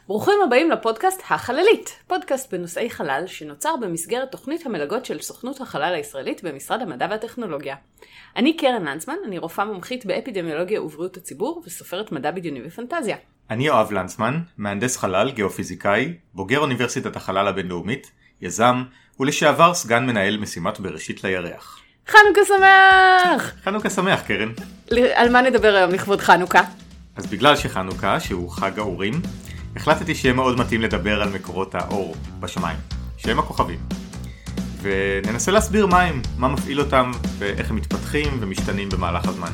ברוכים הבאים לפודקאסט החללית, פודקאסט בנושאי חלל שנוצר במסגרת תוכנית המלגות של סוכנות החלל הישראלית במשרד המדע והטכנולוגיה. אני קרן לנצמן, אני רופאה מומחית באפידמיולוגיה ובריאות הציבור וסופרת מדע בדיוני ופנטזיה. אני יואב לנצמן, מהנדס חלל, גיאופיזיקאי, בוגר אוניברסיטת החלל הבינלאומית, יזם ולשעבר סגן מנהל משימת בראשית לירח. חנוכה שמח! חנוכה שמח, קרן. על מה נדבר היום לכבוד חנוכה? אז בגלל שחנוכה, שהוא חג האורים, החלטתי שיהיה מאוד מתאים לדבר על מקורות האור בשמיים, שהם הכוכבים. וננסה להסביר מה הם, מה מפעיל אותם ואיך הם מתפתחים ומשתנים במהלך הזמן.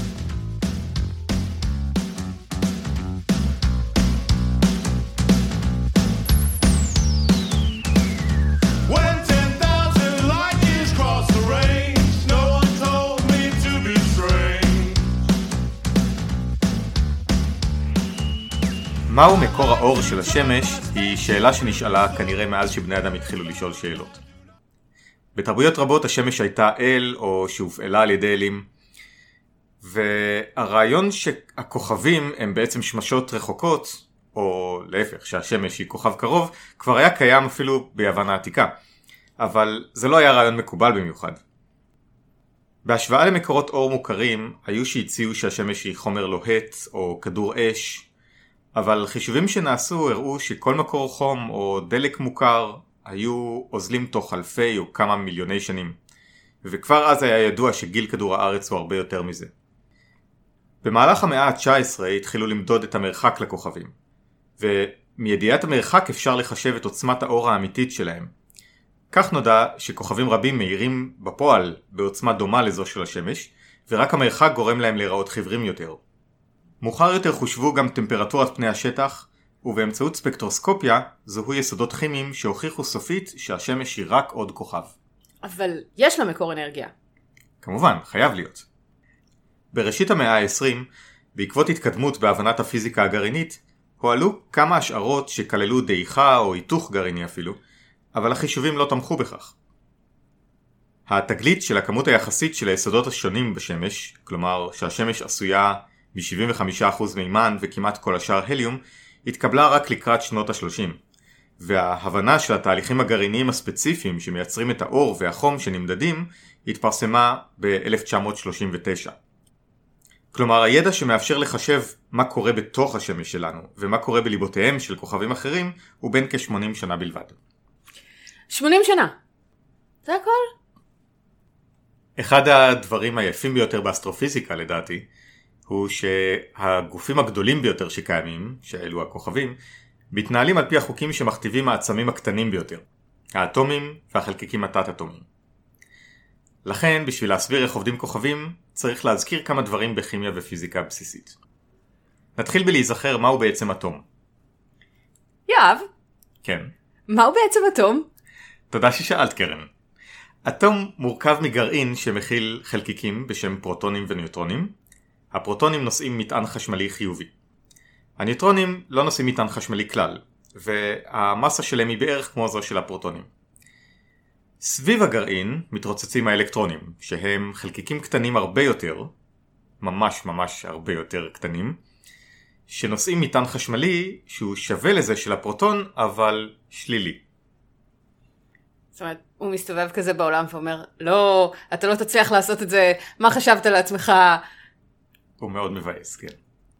מהו מקור האור של השמש היא שאלה שנשאלה כנראה מאז שבני אדם התחילו לשאול שאלות. בתרבויות רבות השמש הייתה אל או שהופעלה על ידי אלים, והרעיון שהכוכבים הם בעצם שמשות רחוקות, או להפך שהשמש היא כוכב קרוב, כבר היה קיים אפילו ביוון העתיקה, אבל זה לא היה רעיון מקובל במיוחד. בהשוואה למקורות אור מוכרים היו שהציעו שהשמש היא חומר לוהט או כדור אש, אבל חישובים שנעשו הראו שכל מקור חום או דלק מוכר היו עוזלים תוך אלפי או כמה מיליוני שנים, וכבר אז היה ידוע שגיל כדור הארץ הוא הרבה יותר מזה. במהלך המאה ה-19 התחילו למדוד את המרחק לכוכבים, ומידיעת המרחק אפשר לחשב את עוצמת האור האמיתית שלהם. כך נודע שכוכבים רבים מאירים בפועל בעוצמה דומה לזו של השמש, ורק המרחק גורם להם להיראות חיוורים יותר. מאוחר יותר חושבו גם טמפרטורת פני השטח, ובאמצעות ספקטרוסקופיה זוהו יסודות כימיים שהוכיחו סופית שהשמש היא רק עוד כוכב. אבל יש לה מקור אנרגיה. כמובן, חייב להיות. בראשית המאה ה-20, בעקבות התקדמות בהבנת הפיזיקה הגרעינית, הועלו כמה השערות שכללו דעיכה או היתוך גרעיני אפילו, אבל החישובים לא תמכו בכך. התגלית של הכמות היחסית של היסודות השונים בשמש, כלומר שהשמש עשויה מ-75% מימן וכמעט כל השאר הליום, התקבלה רק לקראת שנות ה-30. וההבנה של התהליכים הגרעיניים הספציפיים שמייצרים את האור והחום שנמדדים, התפרסמה ב-1939. כלומר, הידע שמאפשר לחשב מה קורה בתוך השמש שלנו, ומה קורה בליבותיהם של כוכבים אחרים, הוא בין כ-80 שנה בלבד. 80 שנה? זה הכל? אחד הדברים היפים ביותר באסטרופיזיקה לדעתי, הוא שהגופים הגדולים ביותר שקיימים, שאלו הכוכבים, מתנהלים על פי החוקים שמכתיבים העצמים הקטנים ביותר, האטומים והחלקיקים התת-אטומיים. לכן, בשביל להסביר איך עובדים כוכבים, צריך להזכיר כמה דברים בכימיה ופיזיקה בסיסית. נתחיל בלהיזכר מהו בעצם אטום. יאב? כן. מהו בעצם אטום? תודה ששאלת, קרן. אטום מורכב מגרעין שמכיל חלקיקים בשם פרוטונים וניוטרונים. הפרוטונים נושאים מטען חשמלי חיובי. הניוטרונים לא נושאים מטען חשמלי כלל, והמסה שלהם היא בערך כמו זו של הפרוטונים. סביב הגרעין מתרוצצים האלקטרונים, שהם חלקיקים קטנים הרבה יותר, ממש הרבה יותר קטנים, שנושאים מטען חשמלי שהוא שווה לזה של הפרוטון, אבל שלילי. זאת אומרת, הוא מסתובב כזה בעולם ואומר, לא, אתה לא תצליח לעשות את זה, מה חשבת לעצמך? הוא מאוד מבאס, כן.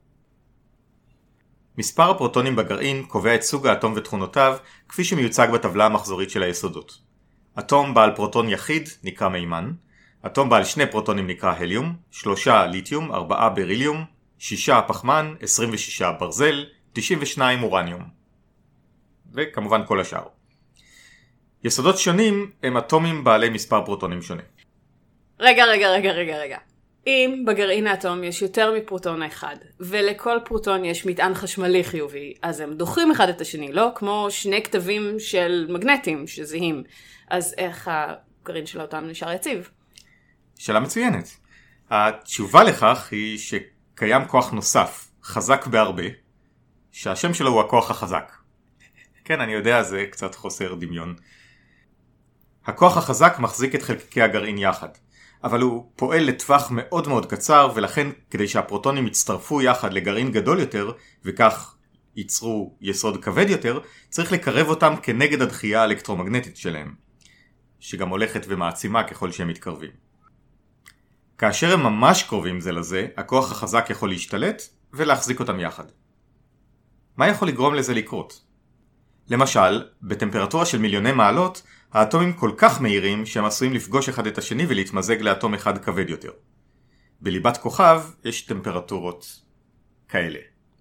מספר הפרוטונים בגרעין קובע את סוג האטום ותכונותיו, כפי שמיוצג בטבלה המחזורית של היסודות. אטום בעל פרוטון יחיד נקרא מימן, אטום בעל 2 פרוטונים נקרא הליום, 3 ליתיום, 4 בריליום, 6 פחמן, 26 ברזל, 92 אורניום. וכמובן כל השאר. יסודות שונים הם אטומים בעלי מספר פרוטונים שונה. רגע. אם בגרעין האטום יש יותר מפרוטון אחד, ולכל פרוטון יש מטען חשמלי חיובי, אז הם דוחים אחד את השני, לא? כמו שני כתבים של מגנטים שזהים. אז איך הגרעין של האטום נשאר יציב? שאלה מצוינת. התשובה לכך היא שקיים כוח נוסף, חזק בהרבה, שהשם שלו הוא הכוח החזק. כן, אני יודע, זה קצת חוסר דמיון. הכוח החזק מחזיק את חלקיקי הגרעין יחד. אבל הוא פועל לטווח מאוד מאוד קצר, ולכן כדי שהפרוטונים יצטרפו יחד לגרעין גדול יותר, וכך ייצרו יסוד כבד יותר, צריך לקרב אותם כנגד הדחייה האלקטרומגנטית שלהם, שגם הולכת ומעצימה ככל שהם מתקרבים. כאשר הם ממש קרובים זה לזה, הכוח החזק יכול להשתלט ולהחזיק אותם יחד. מה יכול לגרום לזה לקרות? למשל, בטמפרטורה של מיליוני מעלות, האטומים כל כך מהירים שהם עשויים לפגוש אחד את השני ולהתמזג לאטום אחד כבד יותר. בליבת כוכב יש טמפרטורות כאלה.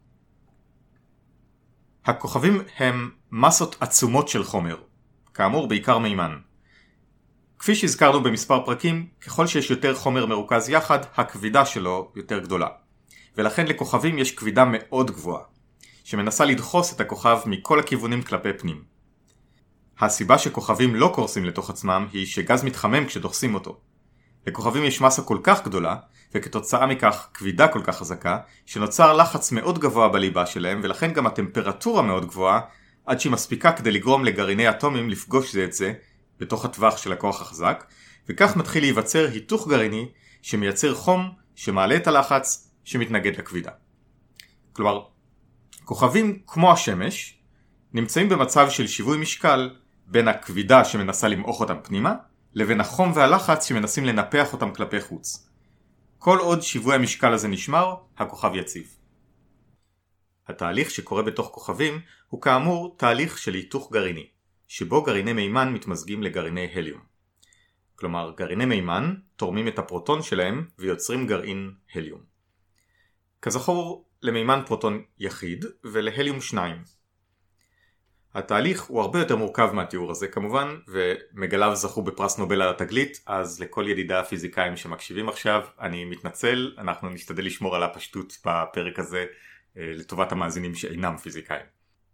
הכוכבים הם מסות עצומות של חומר, כאמור בעיקר מימן. כפי שהזכרנו במספר פרקים, ככל שיש יותר חומר מרוכז יחד, הכבידה שלו יותר גדולה. ולכן לכוכבים יש כבידה מאוד גבוהה, שמנסה לדחוס את הכוכב מכל הכיוונים כלפי פנים. הסיבה שכוכבים לא קורסים לתוך עצמם היא שגז מתחמם כשדוחסים אותו. לכוכבים יש מסה כל כך גדולה, וכתוצאה מכך כבידה כל כך חזקה, שנוצר לחץ מאוד גבוה בליבה שלהם, ולכן גם הטמפרטורה מאוד גבוהה, עד שהיא מספיקה כדי לגרום לגרעיני אטומים לפגוש זה את זה, בתוך הטווח של הכוח החזק, וכך מתחיל להיווצר היתוך גרעיני, שמייצר חום, שמעלה את הלחץ, שמתנגד לכבידה. כלומר, כוכבים כמו השמש, נמצאים במצב של שיווי משקל, בין הכבידה שמנסה למעוך אותם פנימה, לבין החום והלחץ שמנסים לנפח אותם כלפי חוץ. כל עוד שיווי המשקל הזה נשמר, הכוכב יציב. התהליך שקורה בתוך כוכבים הוא כאמור תהליך של היתוך גרעיני, שבו גרעיני מימן מתמזגים לגרעיני הליום. כלומר, גרעיני מימן תורמים את הפרוטון שלהם ויוצרים גרעין הליום. כזכור, למימן פרוטון יחיד ולהליום 2. התהליך הוא הרבה יותר מורכב מהתיאור הזה כמובן, ומגליו זכו בפרס נובל על התגלית, אז לכל ידידי הפיזיקאים שמקשיבים עכשיו, אני מתנצל, אנחנו נשתדל לשמור על הפשטות בפרק הזה לטובת המאזינים שאינם פיזיקאים.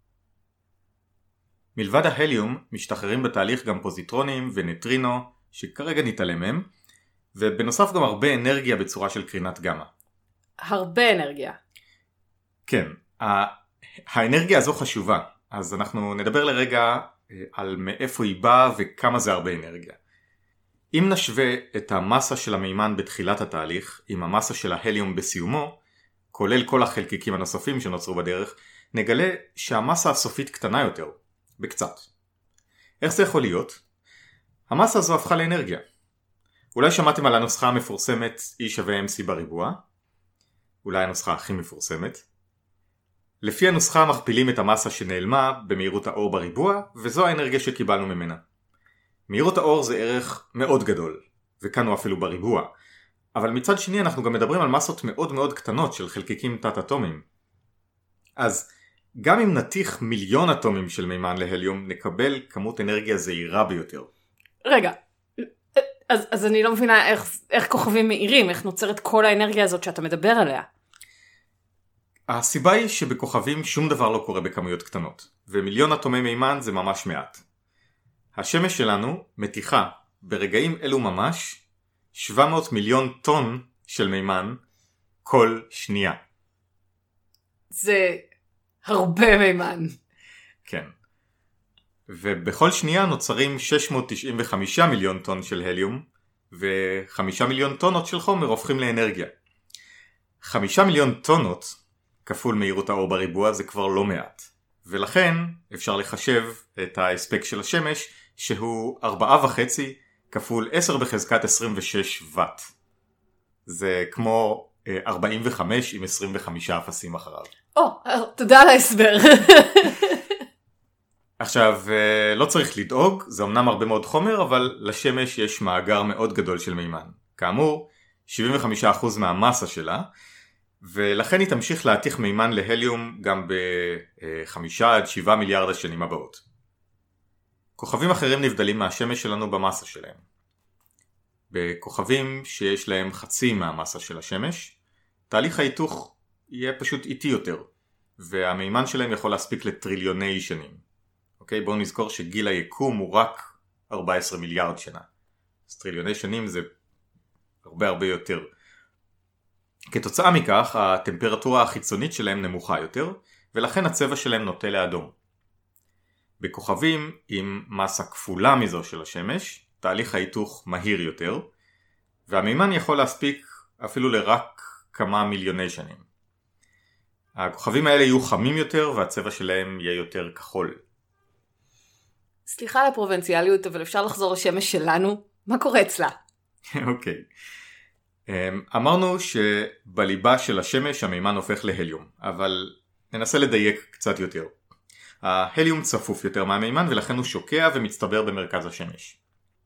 מלבד ההליום משתחררים בתהליך גם פוזיטרונים ונטרינו, שכרגע נתעלם מהם, ובנוסף גם הרבה אנרגיה בצורה של קרינת גמא. הרבה אנרגיה. כן, האנרגיה הזו חשובה. אז אנחנו נדבר לרגע על מאיפה היא באה וכמה זה הרבה אנרגיה. אם נשווה את המסה של המימן בתחילת התהליך עם המסה של ההליום בסיומו, כולל כל החלקיקים הנוספים שנוצרו בדרך, נגלה שהמסה הסופית קטנה יותר, בקצת. איך זה יכול להיות? המסה הזו הפכה לאנרגיה. אולי שמעתם על הנוסחה המפורסמת E שווה MC בריבוע? אולי הנוסחה הכי מפורסמת. לפי הנוסחה מכפילים את המסה שנעלמה במהירות האור בריבוע, וזו האנרגיה שקיבלנו ממנה. מהירות האור זה ערך מאוד גדול, וכאן הוא אפילו בריבוע. אבל מצד שני אנחנו גם מדברים על מסות מאוד מאוד קטנות של חלקיקים תת-אטומיים. אז גם אם נתיך מיליון אטומים של מימן להליום, נקבל כמות אנרגיה זעירה ביותר. רגע, אז אני לא מבינה איך כוכבים מאירים, איך נוצרת כל האנרגיה הזאת שאתה מדבר עליה. הסיבה היא שבכוכבים שום דבר לא קורה בכמויות קטנות, ומיליון אטומי מימן זה ממש מעט. השמש שלנו מתיחה ברגעים אלו ממש 700 מיליון טון של מימן כל שנייה. זה הרבה מימן. כן. ובכל שנייה נוצרים 695 מיליון טון של הליום, ו5 מיליון טונות של חומר הופכים לאנרגיה. 5 מיליון טונות כפול מהירות האור בריבוע זה כבר לא מעט. ולכן אפשר לחשב את ההספק של השמש שהוא 4.5 כפול 10 בחזקת 26 וואט. זה כמו 45 עם 25 אפסים אחריו. תודה על ההסבר. עכשיו, לא צריך לדאוג, זה אמנם הרבה מאוד חומר, אבל לשמש יש מאגר מאוד גדול של מימן. כאמור, 75% מהמסה שלה, ולכן היא תמשיך להתיך מימן להליום גם ב5 עד 7 מיליארד השנים הבאות. כוכבים אחרים נבדלים מהשמש שלנו במסה שלהם. בכוכבים שיש להם חצי מהמסה של השמש, תהליך ההיתוך יהיה פשוט איטי יותר, והמימן שלהם יכול להספיק לטריליוני שנים. אוקיי, בואו נזכור שגיל היקום הוא רק 14 מיליארד שנה. אז טריליוני שנים זה הרבה יותר. כתוצאה מכך, הטמפרטורה החיצונית שלהם נמוכה יותר, ולכן הצבע שלהם נוטה לאדום. בכוכבים עם מסה כפולה מזו של השמש, תהליך ההיתוך מהיר יותר, והמימן יכול להספיק אפילו לרק כמה מיליוני שנים. הכוכבים האלה יהיו חמים יותר והצבע שלהם יהיה יותר כחול. סליחה על הפרובינציאליות, אבל אפשר לחזור לשמש שלנו? מה קורה אצלה? אוקיי. אמרנו שבליבה של השמש המימן הופך להליום, אבל ננסה לדייק קצת יותר. ההליום צפוף יותר מהמימן ולכן הוא שוקע ומצטבר במרכז השמש.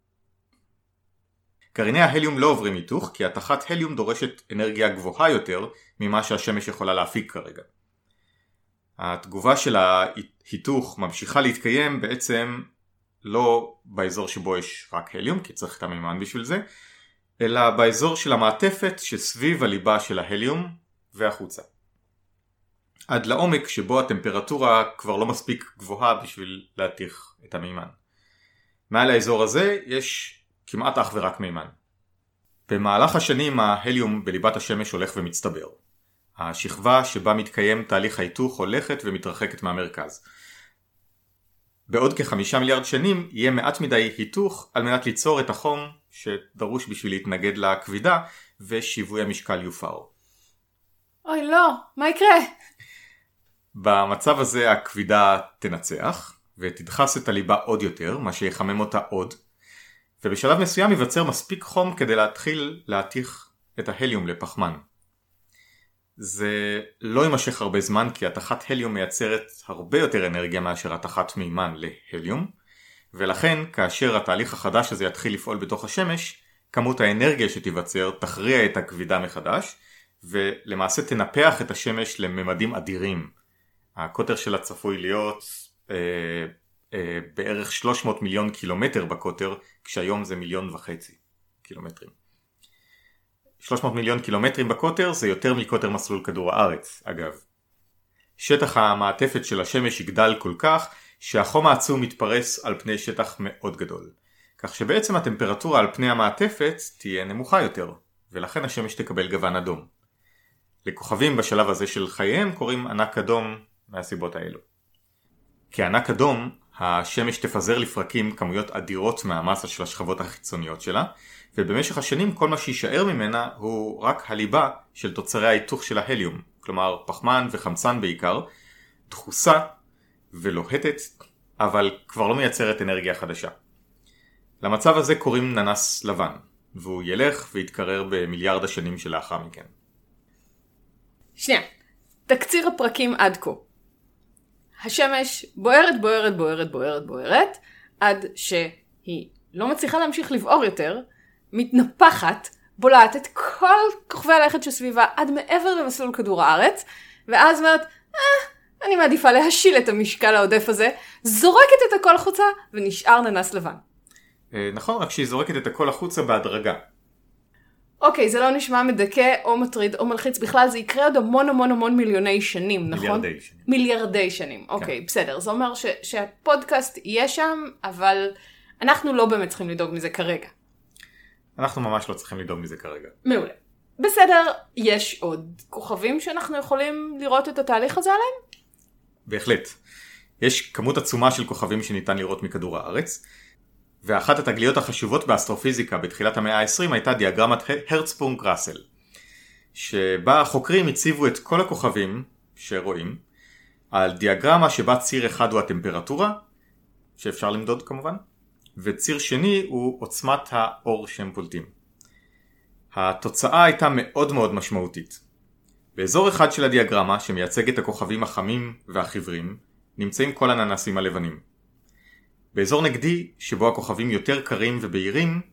גרעיני ההליום לא עוברים היתוך כי התחת הליום דורשת אנרגיה גבוהה יותר ממה שהשמש יכולה להפיק כרגע. התגובה של ההיתוך ממשיכה להתקיים בעצם לא באזור שבו יש רק הליום, כי צריך את המימן בשביל זה, אלא באזור של המעטפת שסביב הליבה של ההליום והחוצה. עד לעומק שבו הטמפרטורה כבר לא מספיק גבוהה בשביל להתיך את המימן. מעל האזור הזה יש כמעט אך ורק מימן. במהלך השנים ההליום בליבת השמש הולך ומצטבר. השכבה שבה מתקיים תהליך ההיתוך הולכת ומתרחקת מהמרכז. בעוד כ5 מיליארד שנים יהיה מעט מדי היתוך על מנת ליצור את החום שדרוש בשביל להתנגד לכבידה ושיווי המשקל יופר. אוי לא, מה יקרה? במצב הזה הכבידה תנצח ותדחס את הליבה עוד יותר, מה שיחמם אותה עוד, ובשלב מסוים ייווצר מספיק חום כדי להתחיל להתיך את ההליום לפחמן. זה לא יימשך הרבה זמן כי התחת הליום מייצרת הרבה יותר אנרגיה מאשר התחת מימן להליום, ולכן כאשר התהליך החדש הזה יתחיל לפעול בתוך השמש, כמות האנרגיה שתיווצר תכריע את הכבידה מחדש, ולמעשה תנפח את השמש לממדים אדירים. הקוטר שלה צפוי להיות בערך 300 מיליון קילומטר בקוטר, כשהיום זה 1.5 מיליון קילומטרים. 300 מיליון קילומטרים בקוטר זה יותר מקוטר מסלול כדור הארץ, אגב. שטח המעטפת של השמש יגדל כל כך שהחום העצום מתפרס על פני שטח מאוד גדול. כך שבעצם הטמפרטורה על פני המעטפת תהיה נמוכה יותר, ולכן השמש תקבל גוון אדום. לכוכבים בשלב הזה של חייהם קוראים ענק אדום מהסיבות האלו. כענק אדום, השמש תפזר לפרקים כמויות אדירות מהמסה של השכבות החיצוניות שלה, ובמשך השנים כל מה שישאר ממנה הוא רק הליבה של תוצרי ההיתוך של ההליום, כלומר פחמן וחמצן בעיקר, דחוסה ולוהטת, אבל כבר לא מייצרת אנרגיה חדשה. למצב הזה קוראים ננס לבן, והוא ילך ויתקרר במיליארד השנים שלאחר מכן. שנייה, תקציר הפרקים עד כה. השמש בוערת, בוערת, בוערת, בוערת, בוערת, עד שהיא לא מצליחה להמשיך לבעור יותר, מתנפחת, בולעת את כל כוכבי הלכת שסביבה עד מעבר למסלול כדור הארץ, ואז אומרת, אני מעדיפה להשיל את המשקל העודף הזה, זורקת את הכל החוצה ונשאר ננס לבן. נכון, רק שהיא זורקת את הכל החוצה בהדרגה. אוקיי, זה לא נשמע מדכא או מטריד או מלחיץ, בכלל זה יקרה עוד המון המון המון מיליוני שנים, נכון? מיליארדי שנים. מיליארדי שנים, אוקיי, בסדר. זה אומר שהפודקאסט יהיה שם, אבל אנחנו לא באמת צריכים לדאוג מזה כרגע. אנחנו ממש לא צריכים לדאוג מזה כרגע. מעולה. בסדר, יש עוד כוכבים שאנחנו יכולים לראות את התהליך הזה עליהם? בהחלט. יש כמות עצומה של כוכבים שניתן לראות מכדור הארץ, ואחת התגליות החשובות באסטרופיזיקה בתחילת המאה ה-20 הייתה דיאגרמת הרצפונג-ראסל, שבה החוקרים הציבו את כל הכוכבים שרואים על דיאגרמה שבה ציר אחד הוא הטמפרטורה, שאפשר למדוד כמובן, וציר שני הוא עוצמת האור שהם פולטים. התוצאה הייתה מאוד מאוד משמעותית. באזור אחד של הדיאגרמה, שמייצג את הכוכבים החמים והחיוורים, נמצאים כל הננסים הלבנים. באזור נגדי, שבו הכוכבים יותר קרים ובהירים,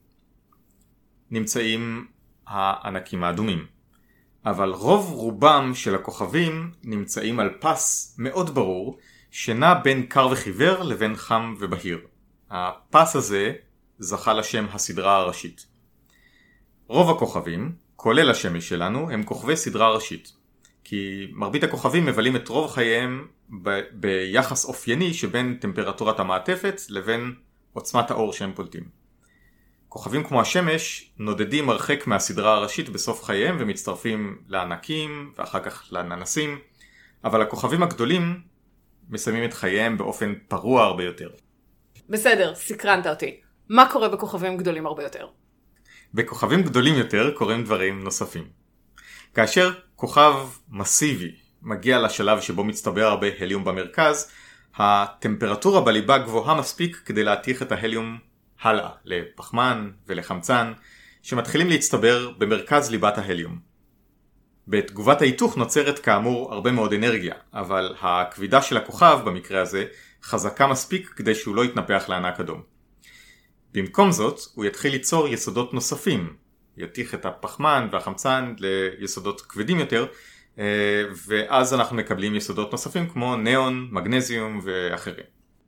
נמצאים הענקים האדומים. אבל רוב רובם של הכוכבים נמצאים על פס מאוד ברור, שנע בין קר וחיוור לבין חם ובהיר. הפס הזה זכה לשם הסדרה הראשית. רוב הכוכבים, כולל השמש שלנו, הם כוכבי סדרה ראשית. כי מרבית הכוכבים מבלים את רוב חייהם ביחס אופייני שבין טמפרטורת המעטפת לבין עוצמת האור שהם פולטים. כוכבים כמו השמש נודדים הרחק מהסדרה הראשית בסוף חייהם ומצטרפים לענקים ואחר כך לננסים, אבל הכוכבים הגדולים מסיימים את חייהם באופן פרוע הרבה יותר. בסדר, סקרנת אותי. מה קורה בכוכבים גדולים הרבה יותר? בכוכבים גדולים יותר קורים דברים נוספים. כאשר כוכב מסיבי מגיע לשלב שבו מצטבר הרבה הליום במרכז, הטמפרטורה בליבה גבוהה מספיק כדי להתיך את ההליום הלאה לפחמן ולחמצן שמתחילים להצטבר במרכז ליבת ההליום. בתגובת ההיתוך נוצרת כאמור הרבה מאוד אנרגיה, אבל הכבידה של הכוכב במקרה הזה חזקה מספיק כדי שהוא לא יתנפח לענק אדום. במקום זאת הוא יתחיל ליצור יסודות נוספים, יתיך את הפחמן והחמצן ליסודות כבדים יותר, ואז אנחנו מקבלים יסודות נוספים כמו ניאון, מגנזיום ואחרים.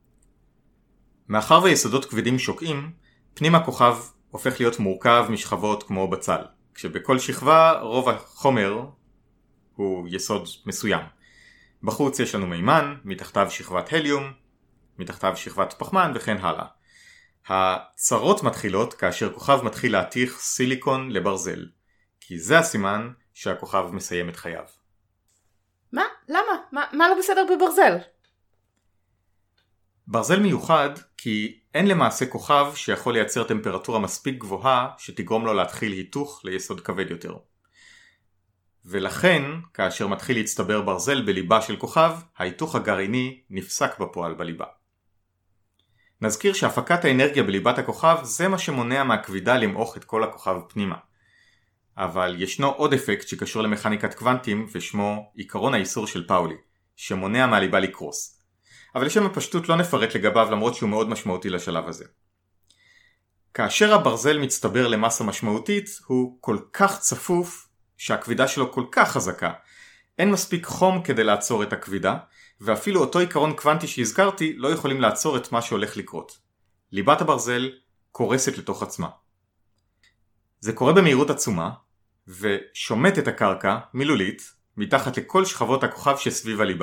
מאחר ויסודות כבדים שוקעים, פנים הכוכב הופך להיות מורכב משכבות כמו בצל, כשבכל שכבה רוב החומר הוא יסוד מסוים. בחוץ יש לנו מימן, מתחתיו שכבת הליום, מתחתיו שכבת פחמן וכן הלאה. הצרות מתחילות כאשר כוכב מתחיל להתיך סיליקון לברזל, כי זה הסימן שהכוכב מסיים את חייו. מה? למה? מה לא בסדר בברזל? ברזל מיוחד כי אין למעשה כוכב שיכול לייצר טמפרטורה מספיק גבוהה שתגרום לו להתחיל היתוך ליסוד כבד יותר. ולכן, כאשר מתחיל להצטבר ברזל בליבה של כוכב, ההיתוך הגרעיני נפסק בפועל בליבה. נזכיר שהפקת האנרגיה בליבת הכוכב זה מה שמונע מהכבידה למעוך את כל הכוכב פנימה. אבל ישנו עוד אפקט שקשור למכניקת קוונטים ושמו עיקרון האיסור של פאולי, שמונע מהליבה לקרוס. אבל לשם הפשטות לא נפרט לגביו למרות שהוא מאוד משמעותי לשלב הזה. כאשר הברזל מצטבר למסה משמעותית הוא כל כך צפוף שהכבידה שלו כל כך חזקה. אין מספיק חום כדי לעצור את הכבידה, ואפילו אותו עיקרון קוונטי שהזכרתי לא יכולים לעצור את מה שהולך לקרות. ליבת הברזל קורסת לתוך עצמה. זה קורה במהירות עצומה, ושומט את הקרקע מילולית מתחת לכל שכבות הכוכב שסביב הליבה.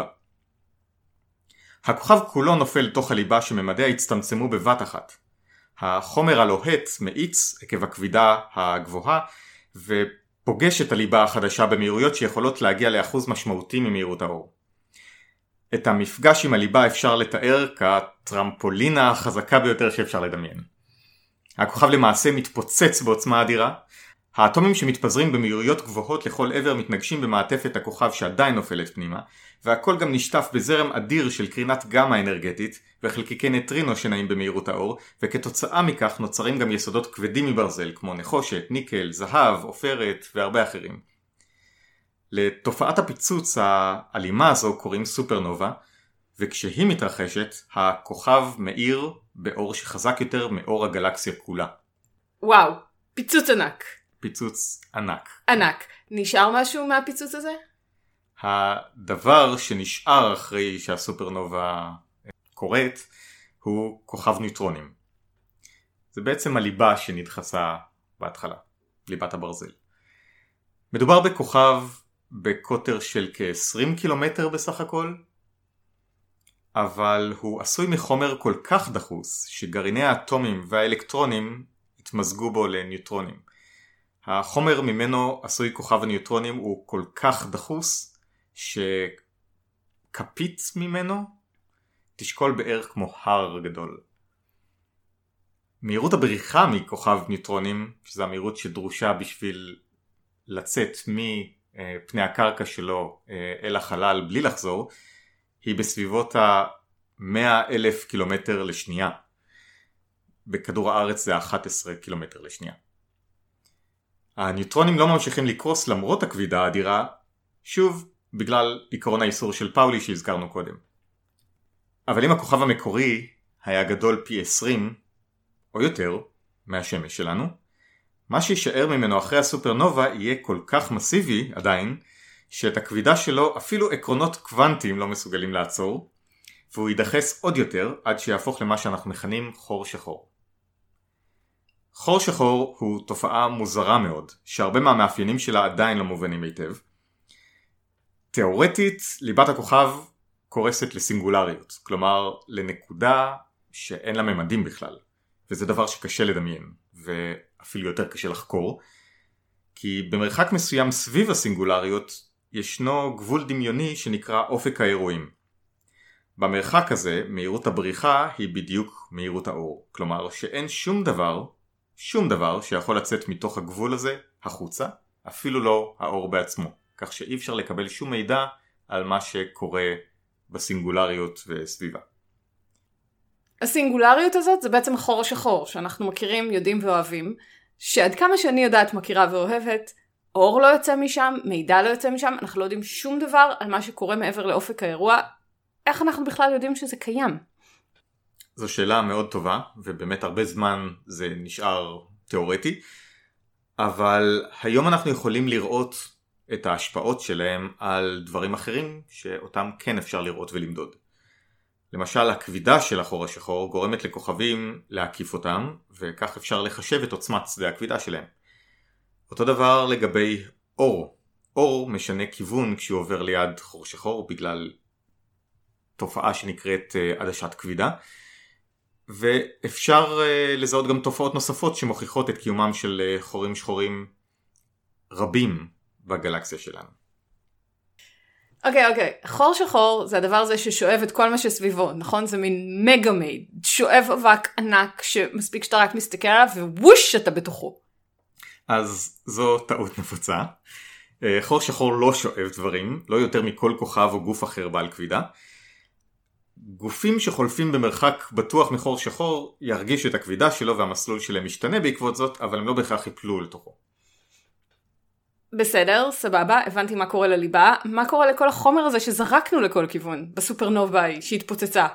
הכוכב כולו נופל לתוך הליבה שממדיה הצטמצמו בבת אחת. החומר הלוהט מאיץ עקב הכבידה הגבוהה, ופוגש את הליבה החדשה במהירויות שיכולות להגיע לאחוז משמעותי ממהירות האור. את המפגש עם הליבה אפשר לתאר כטרמפולינה החזקה ביותר שאפשר לדמיין. הכוכב למעשה מתפוצץ בעוצמה אדירה, האטומים שמתפזרים במהירויות גבוהות לכל עבר מתנגשים במעטפת הכוכב שעדיין נופלת פנימה, והכל גם נשטף בזרם אדיר של קרינת גמא אנרגטית וחלקיקי נטרינו שנעים במהירות האור, וכתוצאה מכך נוצרים גם יסודות כבדים מברזל כמו נחושת, ניקל, זהב, עופרת והרבה אחרים. לתופעת הפיצוץ האלימה הזו קוראים סופרנובה, וכשהיא מתרחשת הכוכב מאיר באור שחזק יותר מאור הגלקסיה כולה. וואו, פיצוץ ענק. פיצוץ ענק. ענק. נשאר משהו מהפיצוץ הזה? הדבר שנשאר אחרי שהסופרנובה קורית הוא כוכב ניוטרונים. זה בעצם הליבה שנדחסה בהתחלה, ליבת הברזל. מדובר בכוכב בקוטר של כ-20 קילומטר בסך הכל, אבל הוא עשוי מחומר כל כך דחוס שגרעיני האטומים והאלקטרונים התמזגו בו לניוטרונים. החומר ממנו עשוי כוכב הניוטרונים הוא כל כך דחוס שכפית ממנו תשקול בערך כמו הר גדול. מהירות הבריחה מכוכב ניוטרונים, שזו המהירות שדרושה בשביל לצאת מפני הקרקע שלו אל החלל בלי לחזור, היא בסביבות ה-100,000 קילומטר לשנייה. בכדור הארץ זה 11 קילומטר לשנייה. הניוטרונים לא ממשיכים לקרוס למרות הכבידה האדירה, שוב בגלל עיקרון האיסור של פאולי שהזכרנו קודם. אבל אם הכוכב המקורי היה גדול פי 20 או יותר מהשמש שלנו, מה שישאר ממנו אחרי הסופרנובה יהיה כל כך מסיבי עדיין, שאת הכבידה שלו אפילו עקרונות קוונטיים לא מסוגלים לעצור, והוא יידחס עוד יותר עד שיהפוך למה שאנחנו מכנים חור שחור. חור שחור הוא תופעה מוזרה מאוד, שהרבה מהמאפיינים שלה עדיין לא מובנים היטב. תיאורטית, ליבת הכוכב קורסת לסינגולריות, כלומר לנקודה שאין לה ממדים בכלל, וזה דבר שקשה לדמיין, ואפילו יותר קשה לחקור, כי במרחק מסוים סביב הסינגולריות ישנו גבול דמיוני שנקרא אופק האירועים. במרחק הזה, מהירות הבריחה היא בדיוק מהירות האור, כלומר שאין שום דבר שיכול לצאת מתוך הגבול הזה החוצה, אפילו לא האור בעצמו, כך שאי אפשר לקבל שום מידע על מה שקורה בסינגולריות וסביבה. הסינגולריות הזאת זה בעצם החור השחור שאנחנו מכירים, יודעים ואוהבים, שעד כמה שאני יודעת, מכירה ואוהבת, אור לא יוצא משם, מידע לא יוצא משם, אנחנו לא יודעים שום דבר על מה שקורה מעבר לאופק האירוע. איך אנחנו בכלל יודעים שזה קיים? זו שאלה מאוד טובה, ובאמת הרבה זמן זה נשאר תיאורטי, אבל היום אנחנו יכולים לראות את ההשפעות שלהם על דברים אחרים שאותם כן אפשר לראות ולמדוד. למשל, הכבידה של החור השחור גורמת לכוכבים להקיף אותם, וכך אפשר לחשב את עוצמת שדה הכבידה שלהם. אותו דבר לגבי אור. אור משנה כיוון כשהוא עובר ליד חור שחור בגלל תופעה שנקראת עדשת כבידה, ואפשר לזהות גם תופעות נוספות שמוכיחות את קיומם של חורים שחורים רבים בגלקסיה שלנו. אוקיי. חור שחור זה הדבר הזה ששואב את כל מה שסביבו, נכון? זה מין מגה-מייד, שואב אבק ענק שמספיק שאתה רק מסתכל עליו ווש אתה בתוכו. אז זו טעות נפוצה. חור שחור לא שואב דברים, לא יותר מכל כוכב או גוף אחר בעל כבידה. גופים שחולפים במרחק בטוח מחור שחור ירגישו את הכבידה שלו והמסלול שלהם משתנה בעקבות זאת, אבל הם לא בהכרח יפלו לתוכו. בסדר, סבבה, הבנתי מה קורה לליבה. מה קורה לכל החומר הזה שזרקנו לכל כיוון, בסופרנובה שהתפוצצה?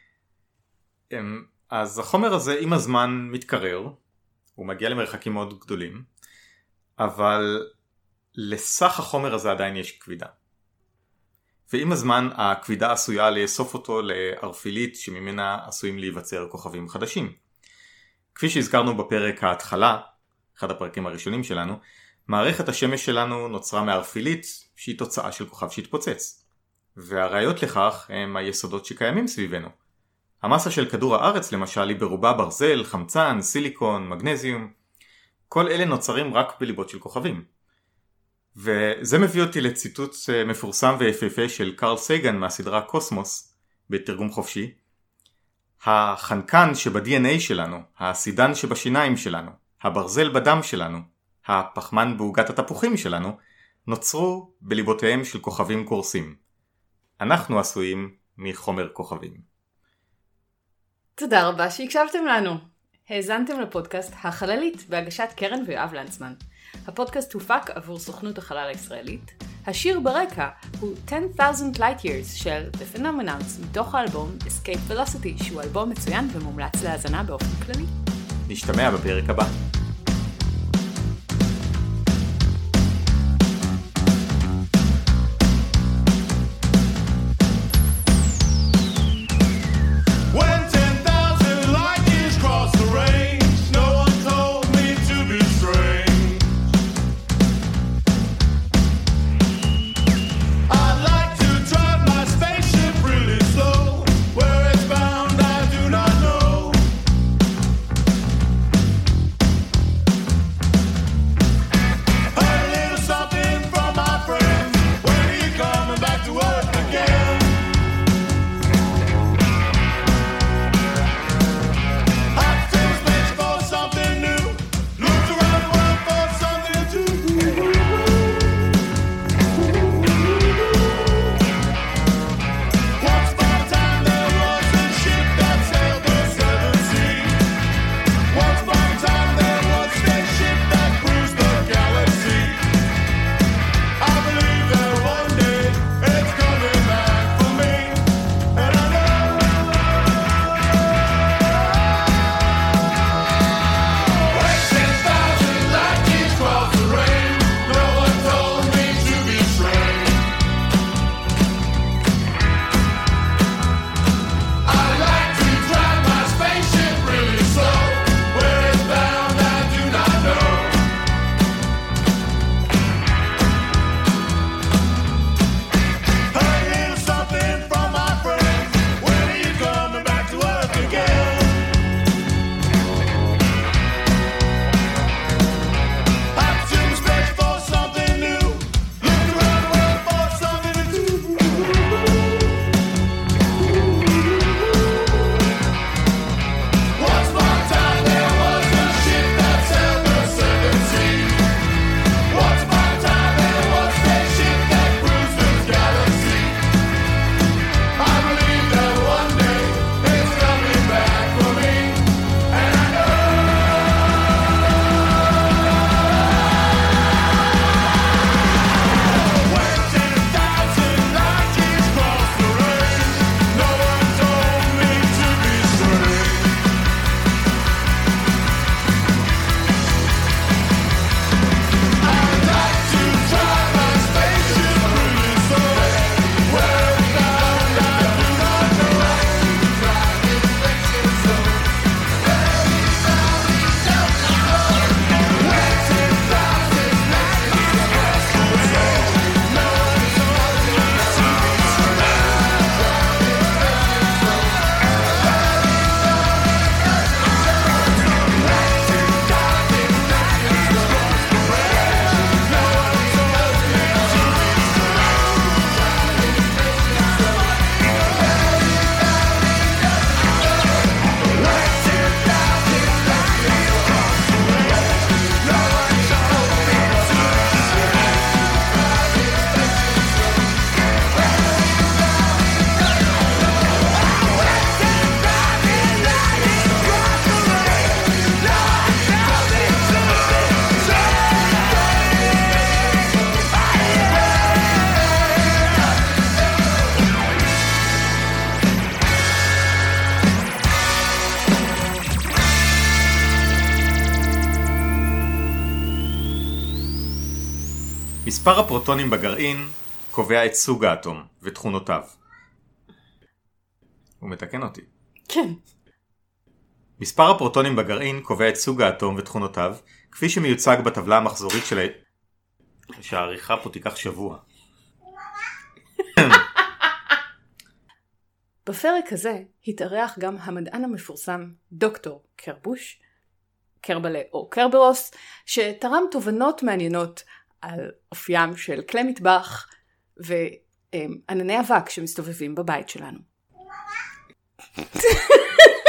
אז החומר הזה עם הזמן מתקרר, הוא מגיע למרחקים מאוד גדולים, אבל לסך החומר הזה עדיין יש כבידה. ועם הזמן הכבידה עשויה לאסוף אותו לארפילית שממנה עשויים להיווצר כוכבים חדשים. כפי שהזכרנו בפרק ההתחלה, אחד הפרקים הראשונים שלנו, מערכת השמש שלנו נוצרה מארפילית שהיא תוצאה של כוכב שהתפוצץ. והראיות לכך הם היסודות שקיימים סביבנו. המסה של כדור הארץ למשל היא ברובה ברזל, חמצן, סיליקון, מגנזיום. כל אלה נוצרים רק בליבות של כוכבים. וזה מביא אותי לציטוט מפורסם ויפהפה של קרל סייגן מהסדרה קוסמוס בתרגום חופשי. החנקן שב-DNA שלנו, הסידן שבשיניים שלנו, הברזל בדם שלנו, הפחמן בעוגת התפוחים שלנו, נוצרו בליבותיהם של כוכבים קורסים. אנחנו עשויים מחומר כוכבים. תודה רבה שהקשבתם לנו. האזנתם לפודקאסט החללית בהגשת קרן ויואב לנצמן. הפודקאסט הופק עבור סוכנות החלל הישראלית. השיר ברקע הוא 10,000 Light Years של The Phenomenons מתוך האלבום Escape Velocity, שהוא אלבום מצוין ומומלץ להאזנה באופן כללי. נשתמע בפרק הבא. מספר הפרוטונים בגרעין קובע את סוג האטום ותכונותיו. הוא מתקן אותי. כן. מספר הפרוטונים בגרעין קובע את סוג האטום ותכונותיו, כפי שמיוצג בטבלה המחזורית של שהעריכה פה תיקח שבוע. בפרק הזה התארח גם המדען המפורסם דוקטור קרבוש, קרבלה או קרברוס, שתרם תובנות מעניינות על אופיים של כלי מטבח וענני אבק שמסתובבים בבית שלנו.